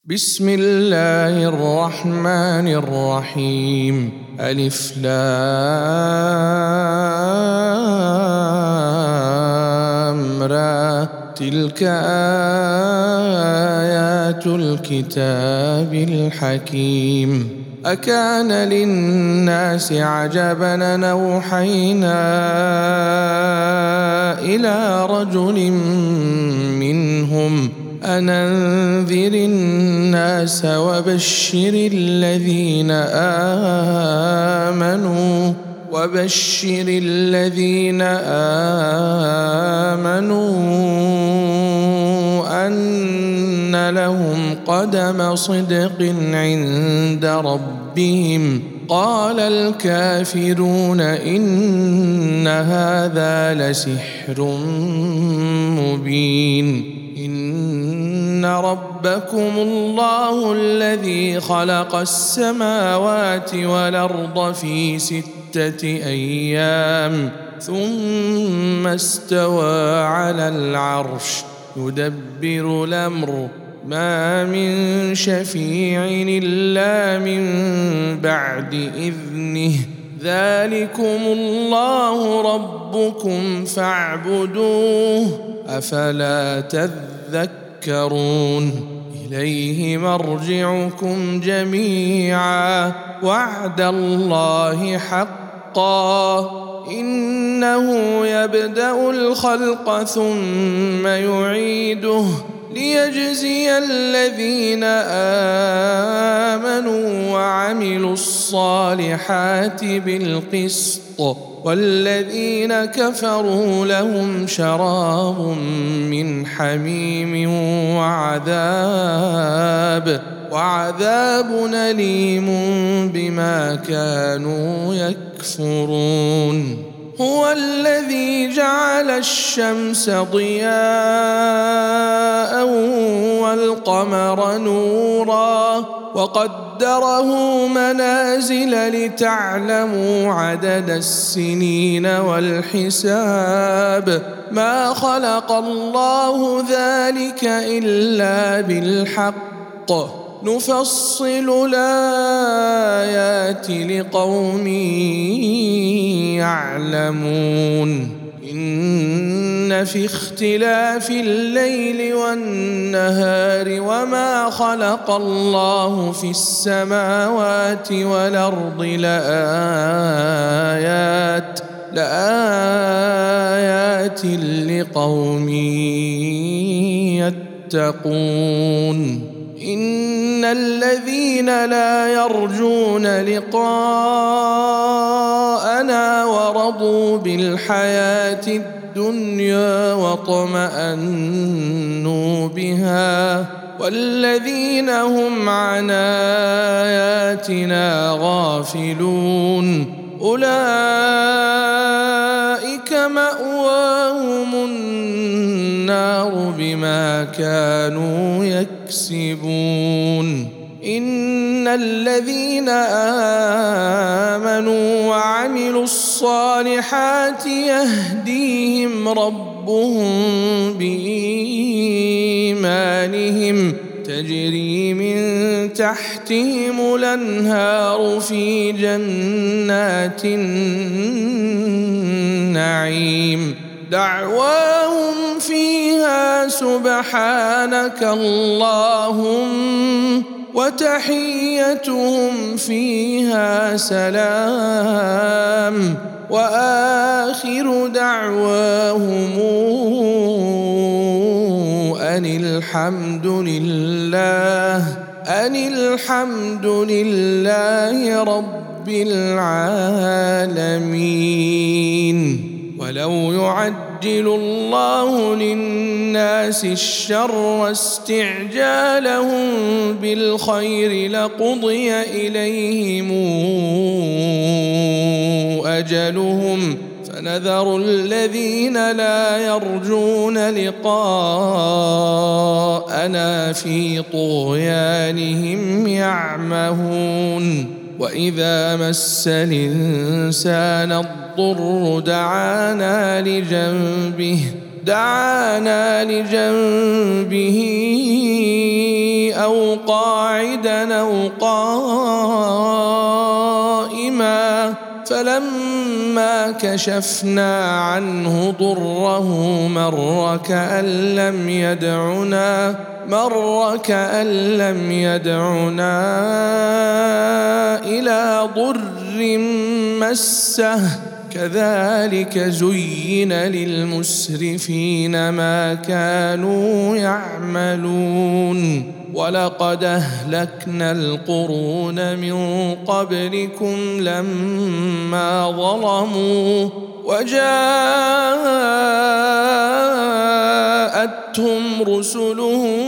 بسم الله الرحمن الرحيم. ألف لام را. تلك آيات الكتاب الحكيم. أكان للناس عجبا أن أوحينا إلى رجل منهم أن أنذر الناس وبشر الذين آمنوا أن لهم قدم صدق عند ربهم. قال الكافرون إن هذا لسحر مبين. إن ربكم الله الذي خلق السماوات والأرض في 6 أيام ثم استوى على العرش يدبر الأمر ما من شفيع إلا من بعد إذنه. ذلكم الله ربكم فاعبدوه أفلا تذكرون. إليه مرجعكم جميعا وعد الله حقا إنه يبدأ الخلق ثم يعيده ليجزي الذين آمنوا وعملوا الصالحات بالقسط والذين كفروا لهم شراب من حميم وعذاب أليم بما كانوا يكفرون. هو الذي جعل الشمس ضياء والقمر نورا وقدره منازل لتعلموا عدد السنين والحساب. ما خلق الله ذلك إلا بالحق نفصل الآيات لقوم يعلمون. إن في اختلاف الليل والنهار وما خلق الله في السماوات والأرض لآيات لقوم يتقون. إن الذين لا يرجون لقاءنا ورضوا بالحياة الدنيا واطمأنوا بها والذين هم عن آياتنا غافلون أولئك مأواهم النار بما كانوا يكسبون. إن الذين آمنوا وعملوا الصالحات يهديهم ربهم بإيمانهم تجري من تحتهم الأنهار في جنات النعيم. دعواهم فيها سبحانك اللهم وتحيتهم فيها سلام وآخر دعواهم أن الحمد لله رب العالمين. ولو يعجل الله للناس الشر استعجالهم بالخير لقضي إليهم أجلهم فنذر الذين لا يرجون لقاءنا في طغيانهم يعمهون. وإذا مس الإنسان الضر دعانا لجنبه أو قاعدا أو قائما فلما كشفنا عنه ضره مر كأن لم يدعنا إلى ضر مسه كذلك زين للمسرفين ما كانوا يعملون ولقد أهلكنا القرون من قبلكم لما ظلموا وجاءتهم رسلهم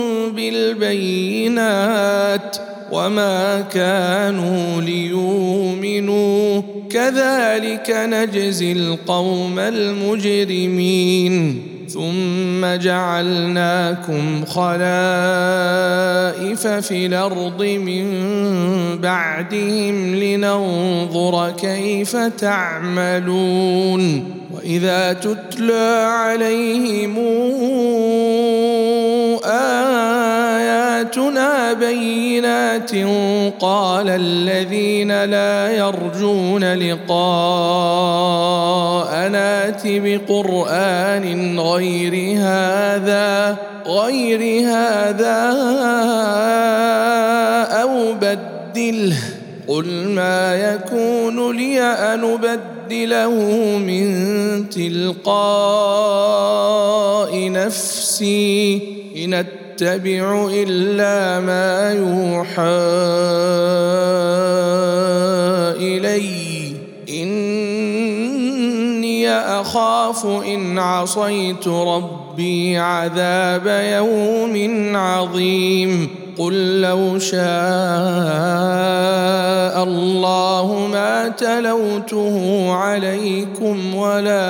بالبينات وما كانوا ليؤمنوا كذلك نجزي القوم المجرمين ثم جعلناكم خلائف في الأرض من بعدهم لننظر كيف تعملون وإذا تتلى عليهم آياتنا بينات قال الذين لا يرجون لقاءنا ائت بقرآن غير هذا أو بدله قل ما يكون لي أن أبدله من تلقاء نفسي إن أتبع إلا ما يوحى إلي إني أخاف إن عصيت ربي عذاب يوم عظيم قل لو شاء الله ما تلوته عليكم ولا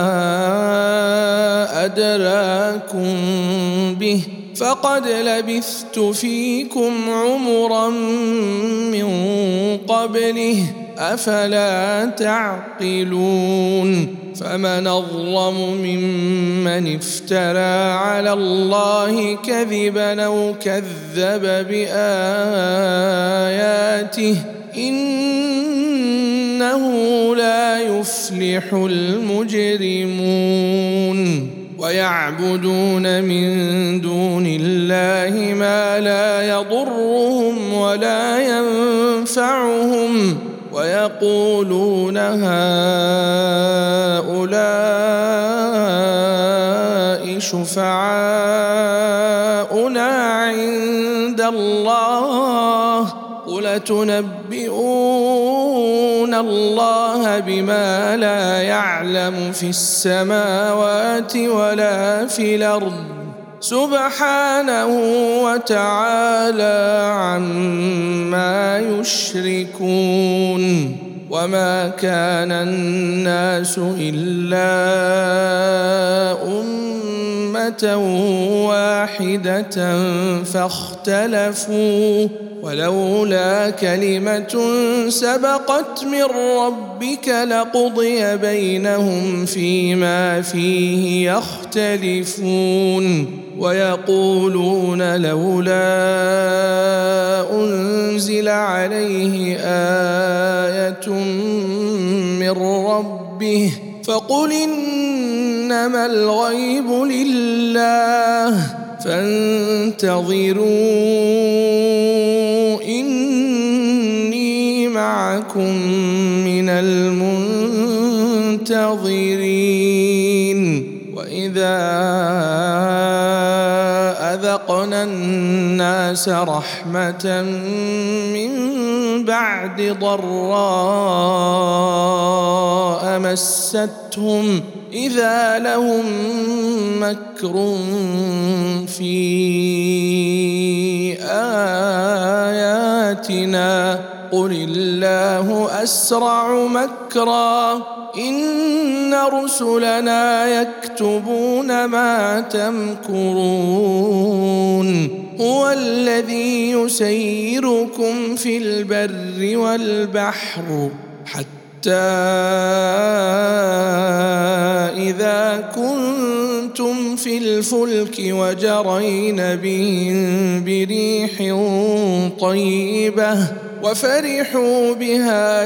أدراكم به فقد لبثت فيكم عمرا من قبله أفلا تعقلون فمن أظلم ممن افترى على الله كذبا أو كذب بآياته إنه لا يفلح المجرمون ويعبدون من دون الله ما لا يضرهم ولا ينفعهم ويقولون هؤلاء شفعاؤنا عند الله قل تنبئون الله بما لا يعلم في السماوات ولا في الأرض سبحانه وتعالى عما يشركون وما كان الناس إلا أمة واحدة فاختلفوا ولولا كلمة سبقت من ربك لقضي بينهم فيما فيه يختلفون ويقولون لولا أنزل عليه آية من ربه فقل إنما الغيب لله فانتظروا إني معكم من المنتظرين وإذا أذقنا الناس رحمة من بعد ضراء مستهم إذا لهم مكر في آياتنا قل الله أسرع مكرا إن رسلنا يكتبون ما تمكرون هو الذي يسيركم في البر والبحر حتى إذا كنتم في الفلك وجرين بهم بريح طيبة وفرحوا بها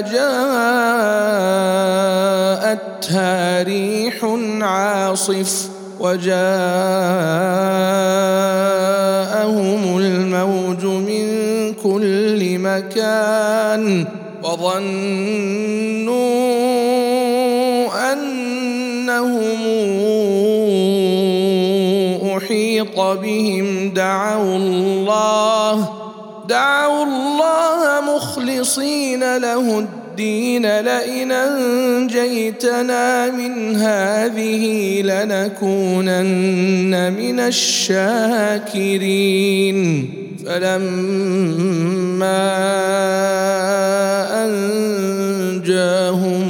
جاءتها ريح عاصف وجاءهم الموج من كل مكان وظنوا أنهم أحيط بهم دعوا الله مخلصين له الدين لئن أنجيتنا من هذه لنكونن من الشاكرين فلما أنجاهم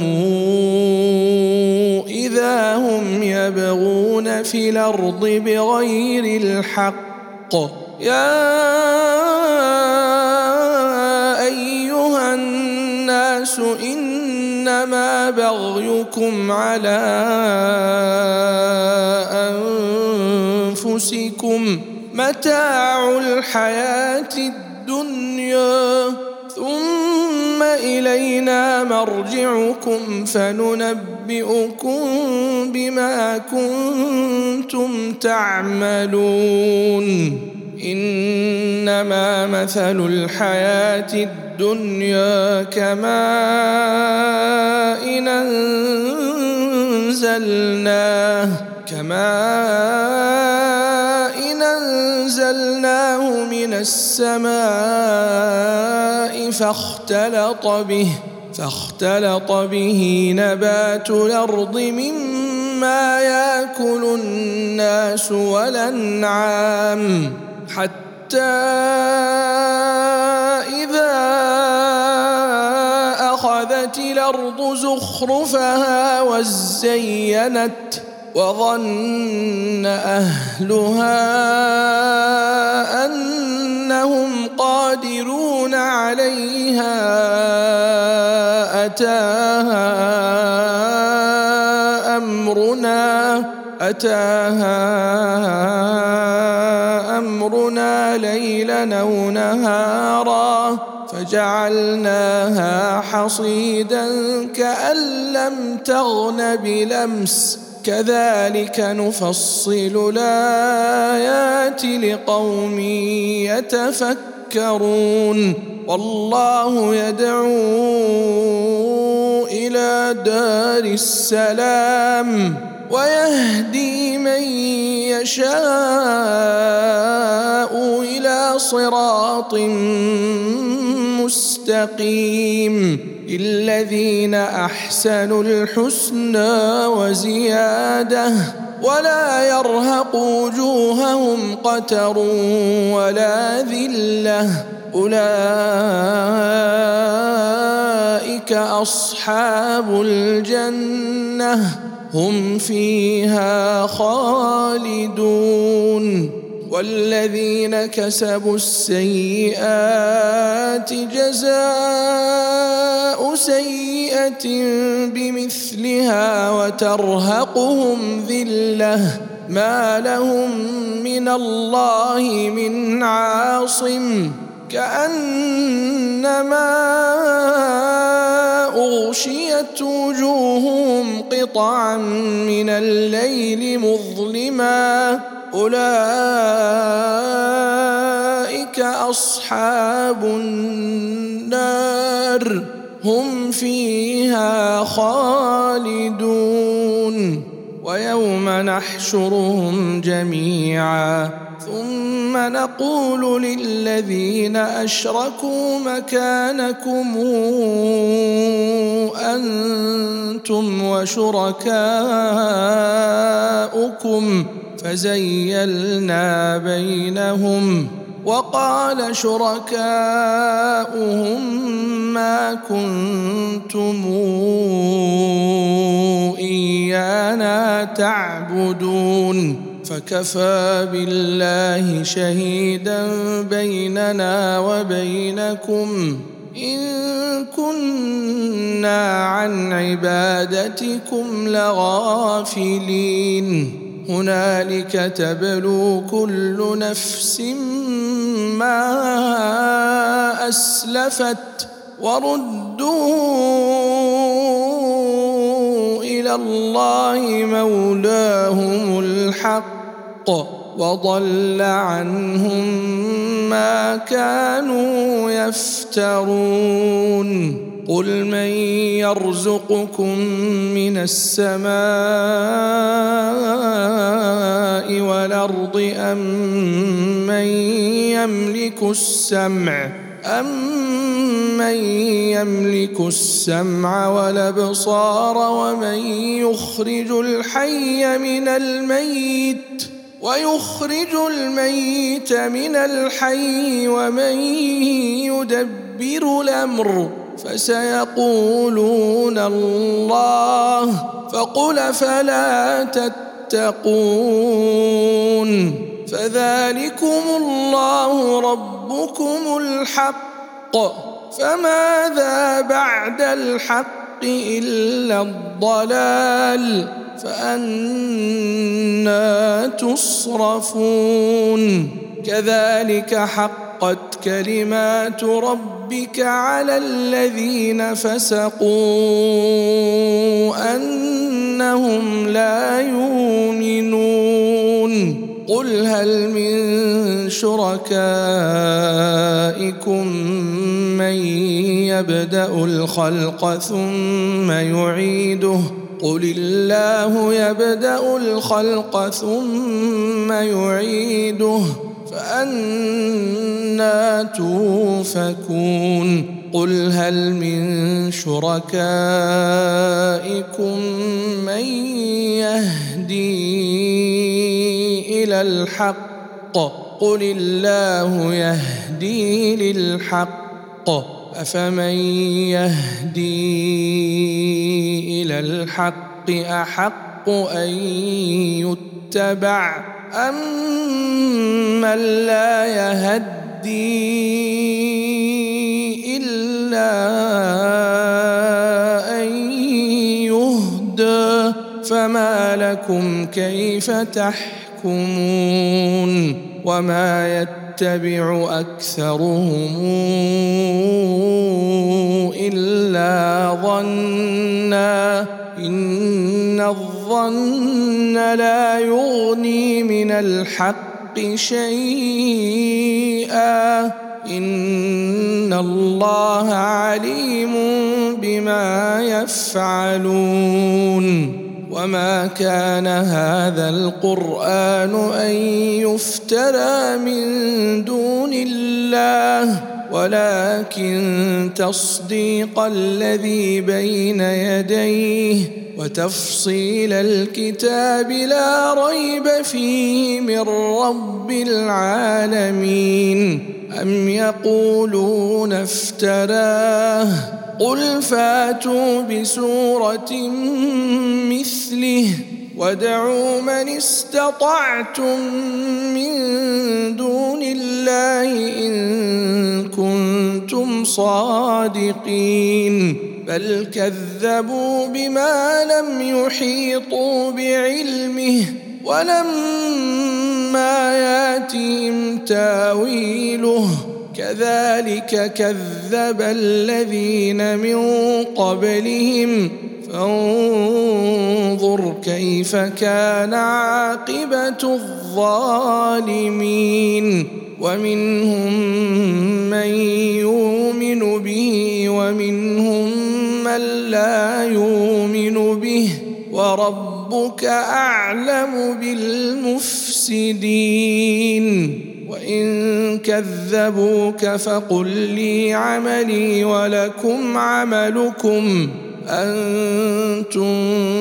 إذا هم يبغون في الأرض بغير الحق يا أيها الناس إنما بغيكم على أنفسكم متاع الحياة الدنيا ثم إلينا مرجعكم فننبئكم بما كنتم تعملون إنما مثل الحياة الدنيا كماء أنزلناه من السماء فاختلط به نبات الأرض مما يأكل الناس والأنعام حتى إذا أخذت الأرض زخرفها وزينت وظن أهلها أنهم قادرون عليها أتاها أمرنا ليلا أو نهارا فجعلناها حصيدا كأن لم تغن بلمس كذلك نفصل الآيات لقوم يتفكرون والله يدعو إلى دار السلام ويهدي من يشاء إلى صراط مستقيم للذين أحسنوا الحسنى وزيادة ولا يرهق وجوههم قتر ولا ذلة أولئك أصحاب الجنة هم فيها خالدون والذين كسبوا السيئات جزاء سيئة بمثلها وترهقهم ذلة ما لهم من الله من عاصم كأنما أغشيت وجوههم قطعا من الليل مظلما أولئك أصحاب النار هم فيها خالدون ويوم نحشرهم جميعا ثم نقول للذين أشركوا مكانكم أنتم وشركاؤكم فزيلنا بينهم وقال شركاؤهم ما كنتم إيانا تعبدون فكفى بالله شهيدا بيننا وبينكم إن كنا عن عبادتكم لغافلين هنالك تبلو كل نفس ما أسلفت وردوا إلى الله مولاهم الحق وضل عنهم ما كانوا يفترون قل من يرزقكم من السماء والأرض أمن يملك السمع والأبصار ومن يخرج الحي من الميت من الحي ومن يدبر الأمر فسيقولون الله فقل فلا تتقون فذلكم الله ربكم الحق فماذا بعد الحق إلا الضلال فأنى تصرفون كذلك حقت كلمات ربك على الذين فسقوا أنهم لا يؤمنون قل هل من شركائكم من يبدأ الخلق ثم يعيده قل الله يبدأ الخلق ثم يعيده فأنى توفكون قل هل من شركائكم من يهدي إلى الحق قل الله يهدي للحق أفمن يهدي إلى الحق أحق أن يتبع أمن لا يهدي إلا أن يهدى فما لكم كيف تحكمون وما يتبع أكثرهم إلا ظنا إن الظن لا يغني من الحق شيئا إن الله عليم بما يفعلون وما كان هذا القرآن أن يفترى من دون الله ولكن تصديق الذي بين يديه وتفصيل الكتاب لا ريب فيه من رب العالمين أم يقولون افتراه قل فاتوا بسورة مثله وادعوا من استطعتم من دون الله إن كنتم صادقين بل كذبوا بما لم يحيطوا بعلمه ولما ياتهم تاويله كذلك كذب الذين من قبلهم فانظر كيف كان عاقبة الظالمين ومنهم من يؤمن به ومنهم من لا يؤمن به وربك أعلم بالمفسدين وإن كذبوك فقل لي عملي ولكم عملكم أنتم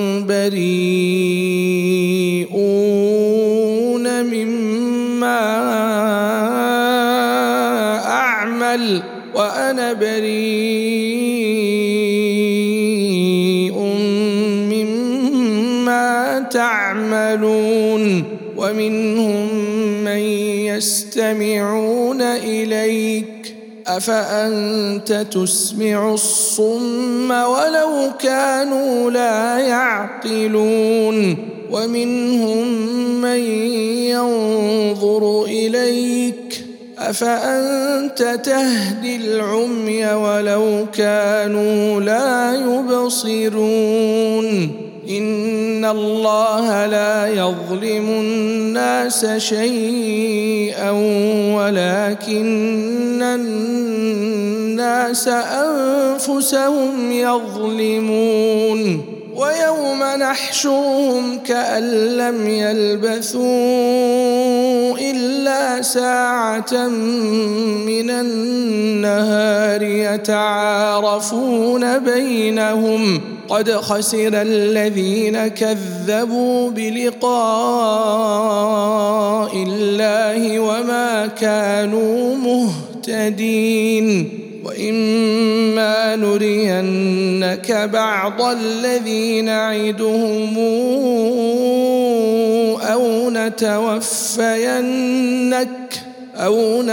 بريئون مما أعمل وأنا بريء مما تعملون ومنهم من يستمعون إليك أفأنت تسمع الصم ولو كانوا لا يعقلون ومنهم من ينظر إليك أفأنت تهدي العمي ولو كانوا لا يبصرون إن الله لا يظلم الناس شيئا ولكن الناس أنفسهم يظلمون ويوم نحشرهم كأن لم يلبثوا إلا ساعة من النهار يتعارفون بينهم قد خسر الذين كذبوا بلقاء الله وما كانوا مهتدين وإما نرينك بعض الذي نعدهم أو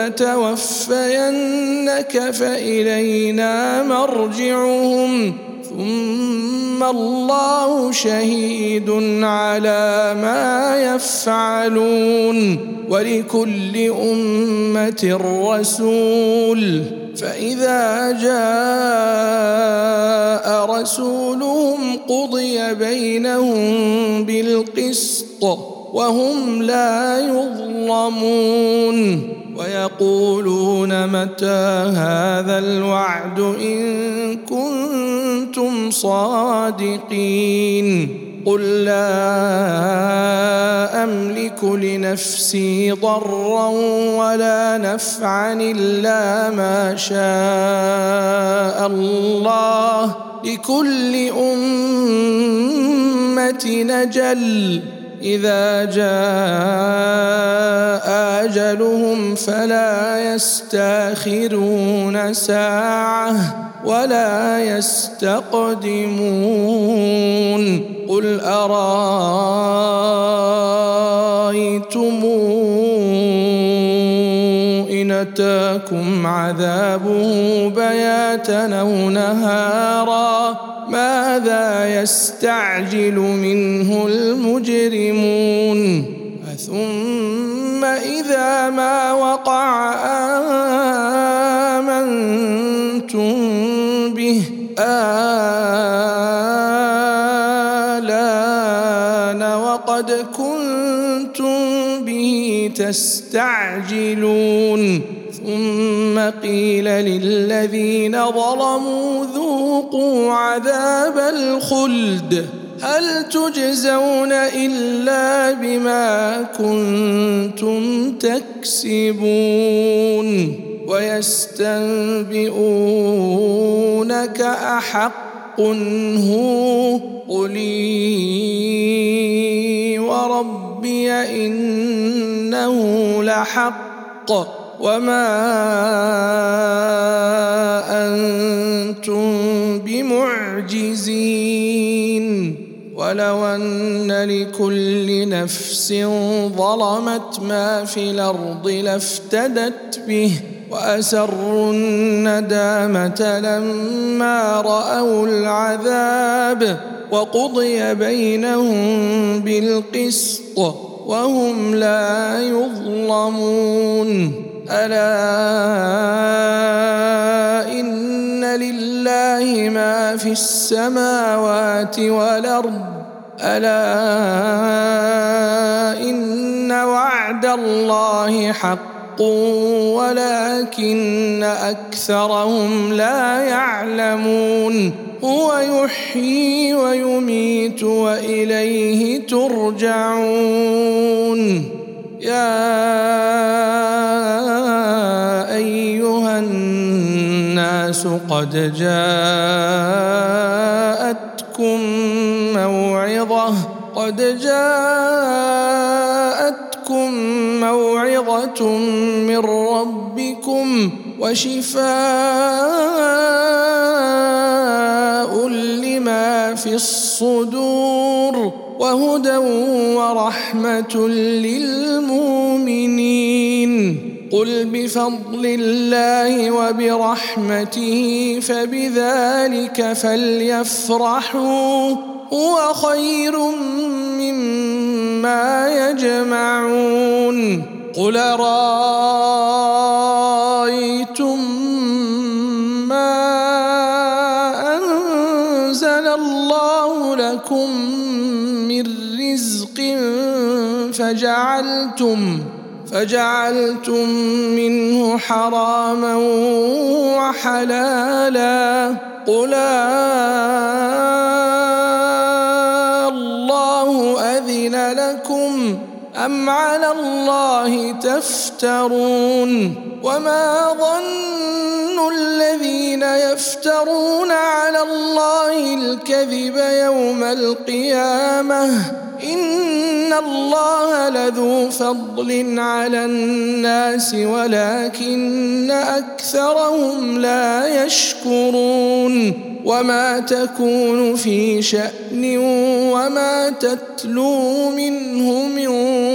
نتوفينك فإلينا مرجعهم ثم الله شهيد على ما يفعلون ولكل أمة رسول فإذا جاء رسولهم قضي بينهم بالقسط وهم لا يظلمون ويقولون متى هذا الوعد إن كنتم صادقين قل لا أملك لنفسي ضرا ولا نفعا إلا ما شاء الله لكل أمة أجل إذا جاء أجلهم فلا يستأخرون ساعة ولا يستقدمون قل أرأيتم إن أتاكم عذابه بياتا أو نهارا ماذا يستعجل منه المجرمون ثم إذا ما وقع آمنتم به آلان وقد كنتم به تستعجلون ثم قيل للذين ظلموا ذوقوا عذاب الخلد هل تجزون إلا بما كنتم تكسبون ويستنبئونك أحق هو قل وربي إنه لحق وما أنتم بمعجزين ولو أن لكل نفس ظلمت ما في الأرض لافتدت به وأسروا الندامة لما رأوا العذاب وقضي بينهم بالقسط وهم لا يظلمون ألا إن لله ما في السماوات والأرض ألا إن وعد الله حق ولكن أكثرهم لا يعلمون هو يحيي ويميت وإليه ترجعون يا أيها الناس قد جاءتكم موعظة من ربكم وشفاء لما في الصدور وهدى ورحمة للمؤمنين قل بفضل الله وبرحمته فبذلك فليفرحوا هو خير مما يجمعون قل رأيتم ما أنزل الله لكم من رزق فجعلتم منه حراما وحلالا قل الله أذن لكم أم على الله تفترون وما ظن الذين يفترون على الله الكذب يوم القيامة إن الله لذو فضل على الناس ولكن أكثرهم لا يشكرون وما تكون في شأن وما تتلو منه من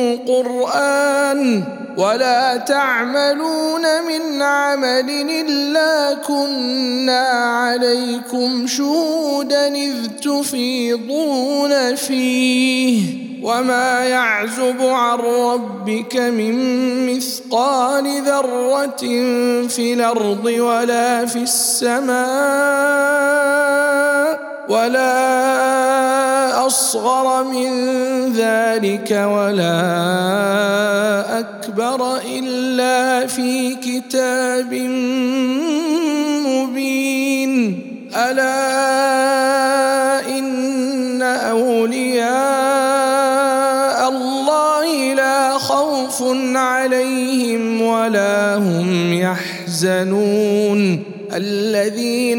قرآن ولا تعملون من عمل إلا كنا عليكم شهودا إذ تفيضون فيه وما يعزب عن ربك من مثقال ذرة في الأرض ولا في السماء ولا أصغر من ذلك ولا أكبر إلا في كتاب مبين ألا إن أولياء الله لا خوف عليهم ولا هم يحزنون الذين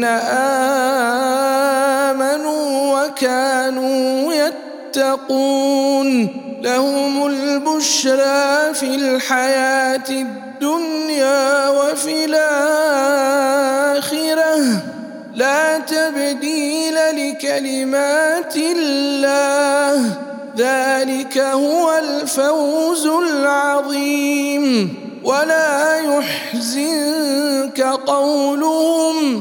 آمنوا وكانوا يتقون لهم البشرى في الحياة الدنيا وفي الآخرة لا تبديل لكلمات الله ذلك هو الفوز العظيم ولا يحزنك قولهم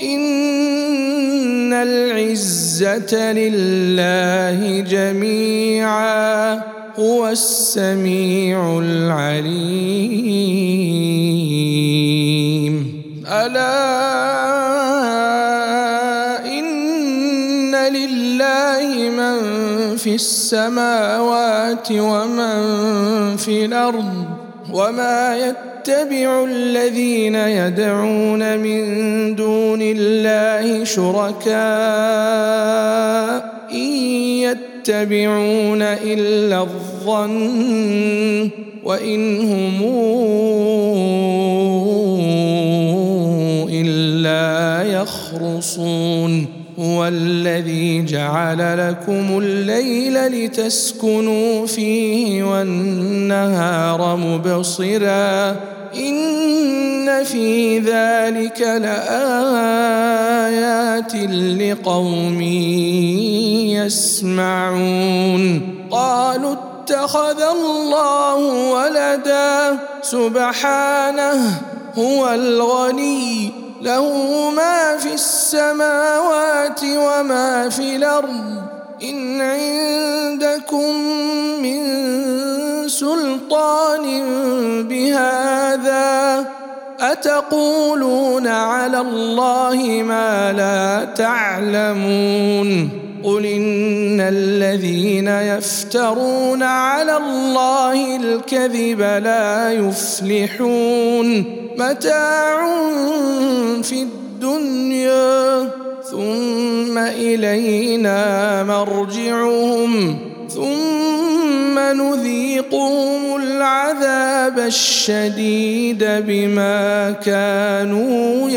إن العزة لله جميعا هو السميع العليم ألا إن لله من في السماوات ومن في الأرض وما يتبع الذين يدعون من دون الله شركاء إن يتبعون إلا الظن وإن هم إلا يخرصون هو الذي جعل لكم الليل لتسكنوا فيه والنهار مبصرا إن في ذلك لآيات لقوم يسمعون قالوا اتخذ الله ولدا سبحانه هو الغني له ما في السماوات وما في الأرض إن عندكم من سلطان بهذا أتقولون على الله ما لا تعلمون قل إن الذين يفترون على الله الكذب لا يفلحون متاع في الدنيا ثم إلينا مرجعهم ثم نذيقهم العذاب الشديد بما كانوا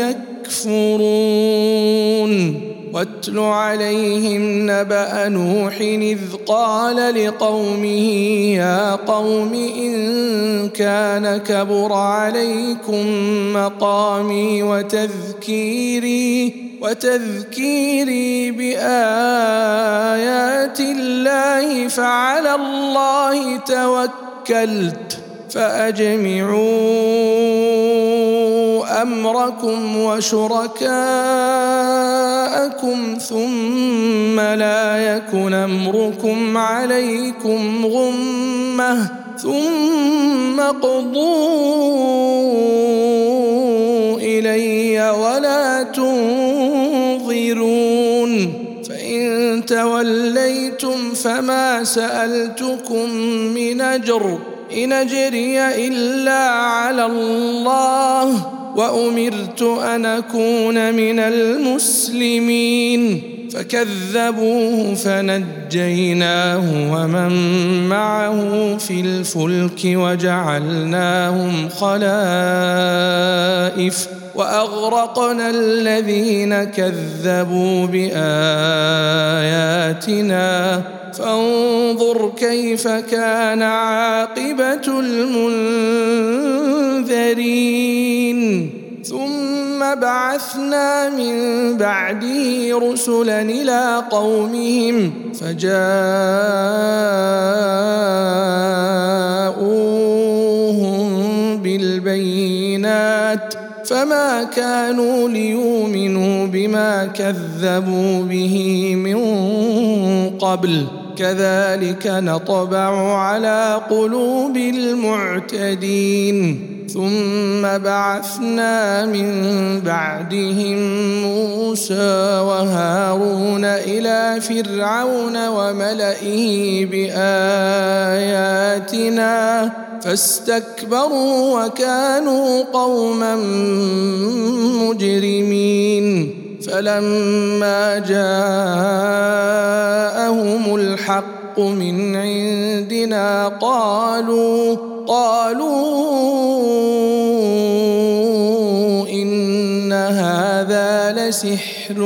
يكفرون واتل عليهم نبأ نوح إذ قال لقومه يا قوم إن كان كبر عليكم مقامي وتذكيري بآيات الله فأجمعوا أمركم وشركاءكم ثم لا يكن أمركم عليكم غمة ثم اقضوا إلي ولا تنظرون فإن توليتم فما سألتكم من أجر إن أجري إلا على الله وأمرت أن أكون من المسلمين فكذبوه فنجيناه ومن معه في الفلك وجعلناهم خلائف وأغرقنا الذين كذبوا بآياتنا فانظر كيف كان عاقبة المنذرين ثم بعثنا من بعده رسلا إلى قومهم فجاءوهم بالبينات فما كانوا ليؤمنوا بما كذبوا به من قبل كذلك نطبع على قلوب المعتدين ثم بعثنا من بعدهم موسى وهارون إلى فرعون وملئه بآياتنا فاستكبروا وكانوا قوما مجرمين فلما جاءهم الحق من عندنا قالوا إن هذا لسحر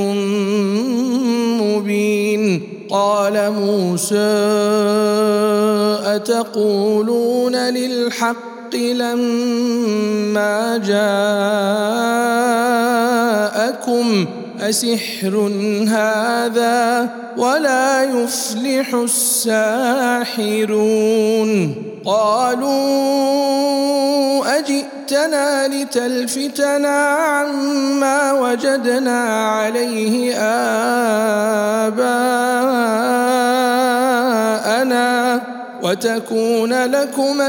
مبين قال موسى أتقولون للحق لما جاءكم أسحر هذا ولا يفلح الساحرون قالوا أجئتنا لتلفتنا عما وجدنا عليه آباءنا وتكون لكما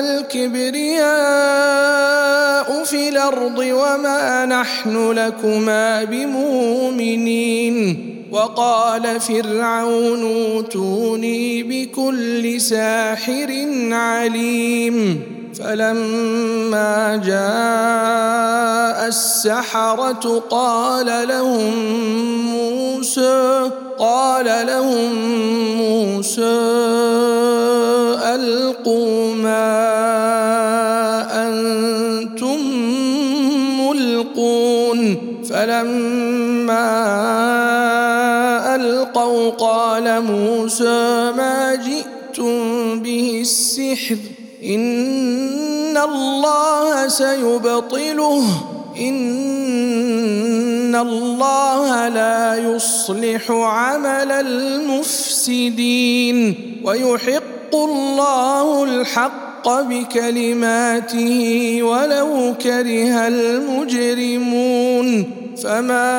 الكبرياء في الأرض وما نحن لكما بمؤمنين وقال فرعون اوتوني بكل ساحر عليم فلما جاء السحرة قال لهم موسى ألقوا ما أنتم ملقون فلما ألقوا قال موسى ما جئتم به السحر إن الله سيبطله إن الله لا يصلح عمل المفسدين ويحق الله الحق بكلماته ولو كره المجرمون فما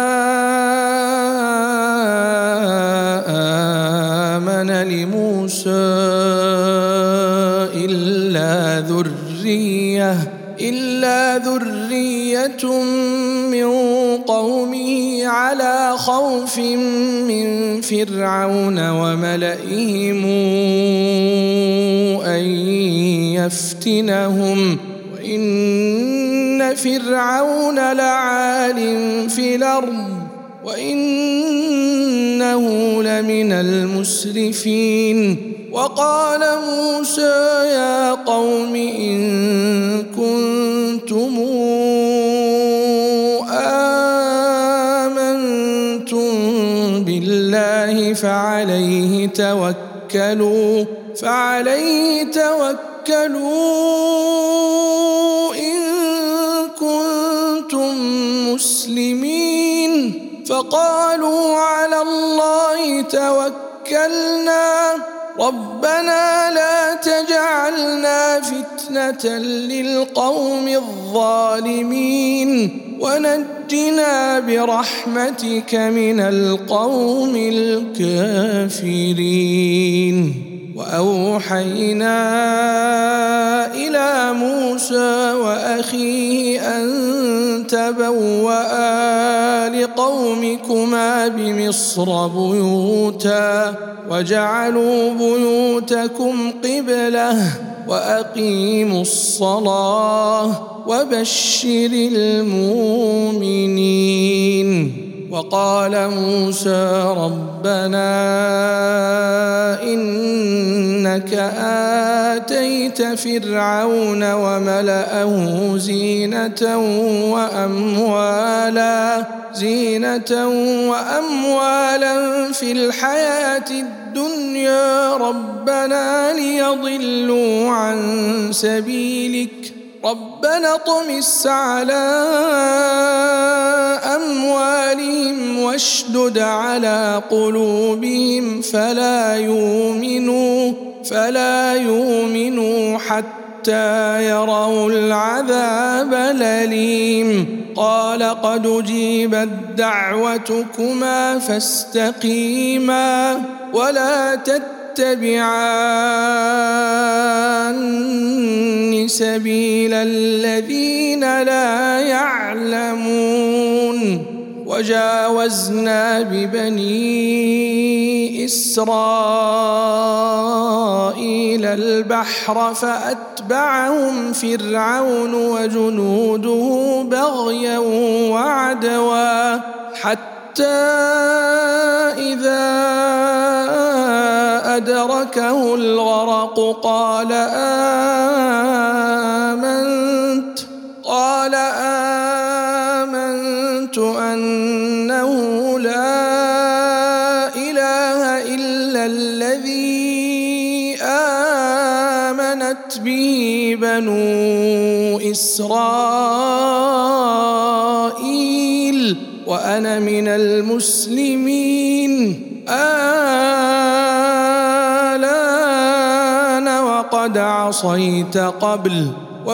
آمن لموسى إلا ذرية من قومه على خوف من فرعون وملئهم أن يفتنهم وإن فرعون لعال في الأرض وإنه لمن المسرفين وقال موسى يا قوم إن كنتم آمنتم بالله فعليه توكلوا إن كنتم مسلمين فقالوا على الله توكلنا ربنا لا تجعلنا فتنة للقوم الظالمين ونجنا برحمتك من القوم الكافرين. وأوحينا إلى موسى وأخيه أن تبوأ لقومكما بمصر بيوتا وجعلوا بيوتكم قبلة وأقيموا الصلاة وبشر المؤمنين. وقال موسى ربنا إنك آتيت فرعون وملأه زينة وأموالا في الحياة الدنيا ربنا ليضلوا عن سبيلك ربنا اطمس على أموالهم واشدد على قلوبهم فلا يؤمنوا حتى يروا العذاب الأليم. قال قد أجيبت دعوتكما فاستقيما ولا تتبعان سبيل الذين لا يعلمون. وجاوزنا ببني إسرائيل البحر فأتبعهم فرعون وجنوده بغيا وعدوا حتى إذا أدركه الغرق قال آمنت أنه لا إله إلا الذي آمنت به بنو إسرائيل وأنا من المسلمين. الآن وقد عصيت قبل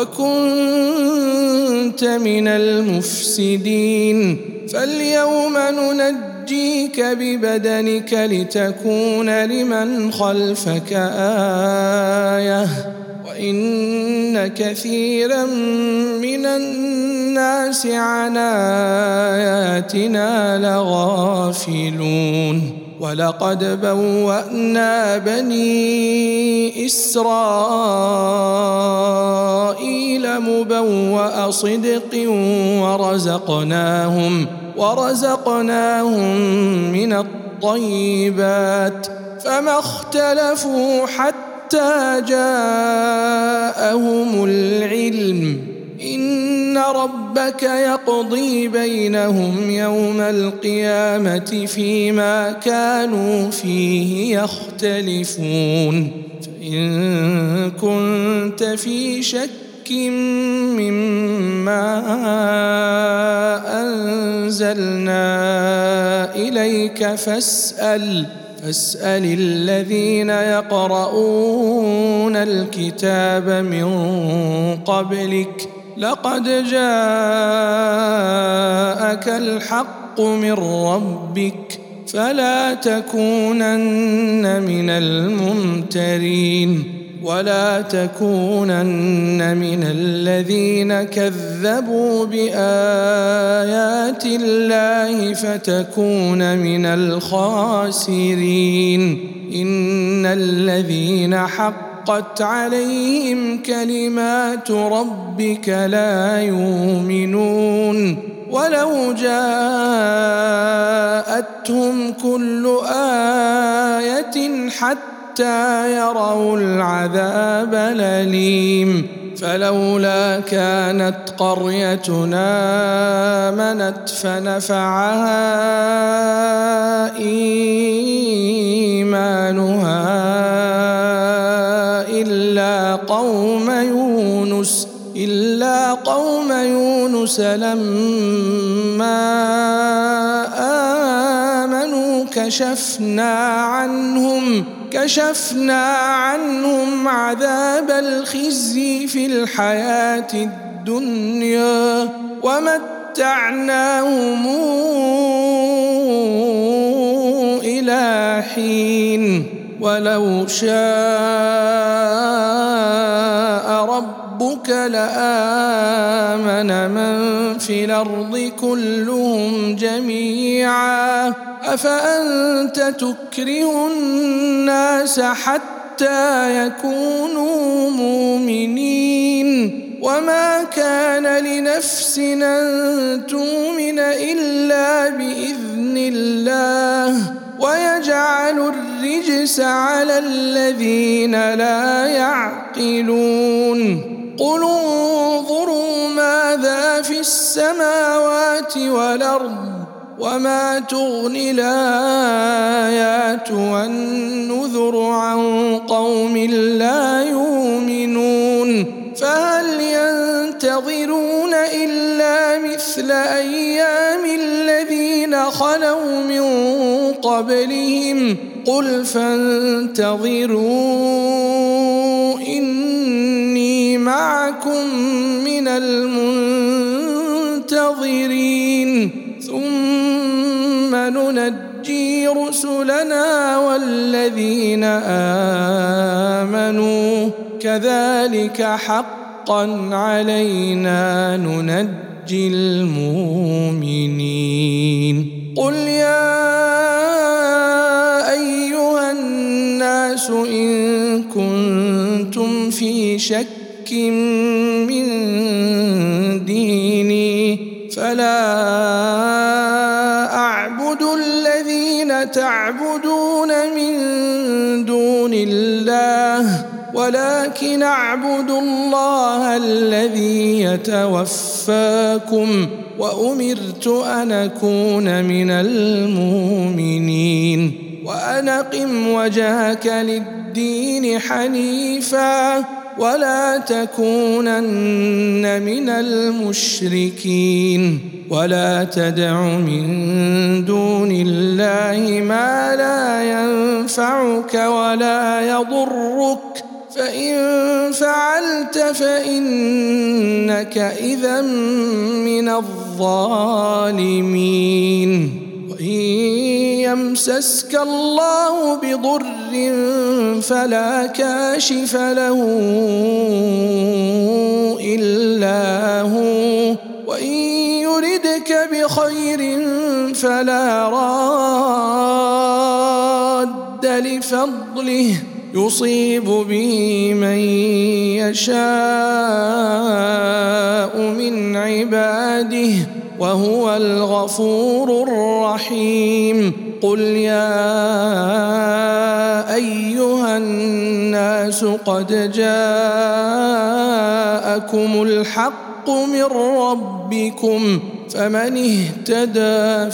وكنت من المفسدين فاليوم ننجيك ببدنك لتكون لمن خلفك آية وإن كثيرا من الناس عن آياتنا لغافلون. ولقد بوأنا بني إسرائيل مبوأ صدق ورزقناهم من الطيبات فما اختلفوا حتى جاءهم العلم. إن ربك يقضي بينهم يوم القيامة فيما كانوا فيه يختلفون. فإن كنت في شك مما أنزلنا إليك فاسأل الذين يقرؤون الكتاب من قبلك لقد جاءك الحق من ربك فلا تكونن من الممترين ولا تكونن من الذين كذبوا بآيات الله فتكون من الخاسرين. إن الذين حقت عليهم كلمات ربك لا يؤمنون ولو جاءتهم كل آية حتى يروا العذاب الأليم. فلولا كانت قريتنا آمنت فنفعها إيمانها إلا قوم يونس لما كشفنا عنهم عذاب الخزي في الحياة الدنيا ومتعناهم إلى حين ولو شاء ربك لآمن من في الأرض كلهم جميعا أفأنت تكره الناس حتى يكونوا مؤمنين وما كان لنفس أن تؤمن إلا بإذن الله ويجعل الرجس على الذين لا يعقلون قل انظروا ماذا في السماوات والأرض وما تغني الآيات والنذر عن قوم لا يؤمنون فهل ينتظرون إلا مثل أيام الذين خلوا من قبلهم قل فانتظروا إني معكم من المنتظرين ثم ننجي رسلنا والذين آمنوا كذلك حقا علينا ننجي المؤمنين قل يا أيها الناس إن كنتم في شك من ديني فلا أعبد الذين تعبدون من دون الله ولكن أعبد الله الذي يتوفاكم وأمرت أن أكون من المؤمنين وأن أقم وجهك للدين حنيفا ولا تكونن من المشركين ولا تدع من دون الله ما لا ينفعك ولا يضرك فإن فعلت فإنك إذا من الظالمين وإن يمسسك الله بضر فلا كاشف له إلا هو وإن يردك بخير فلا راد لفضله يصيب به من يشاء من عباده وهو الغفور الرحيم قل يا أيها الناس قد جاءكم الحق من ربكم فمن اهتدى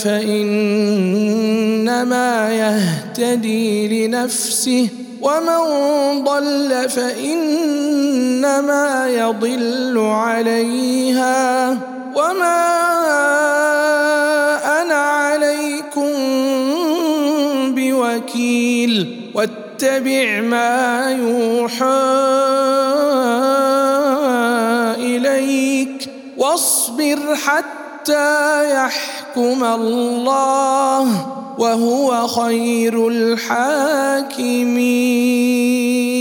فإنما يهتدي لنفسه ومن ضل فإنما يضل عليها وما أنا عليكم بوكيل واتبع ما يوحى إليك واصبر حتى يحكم الله وهو خير الحاكمين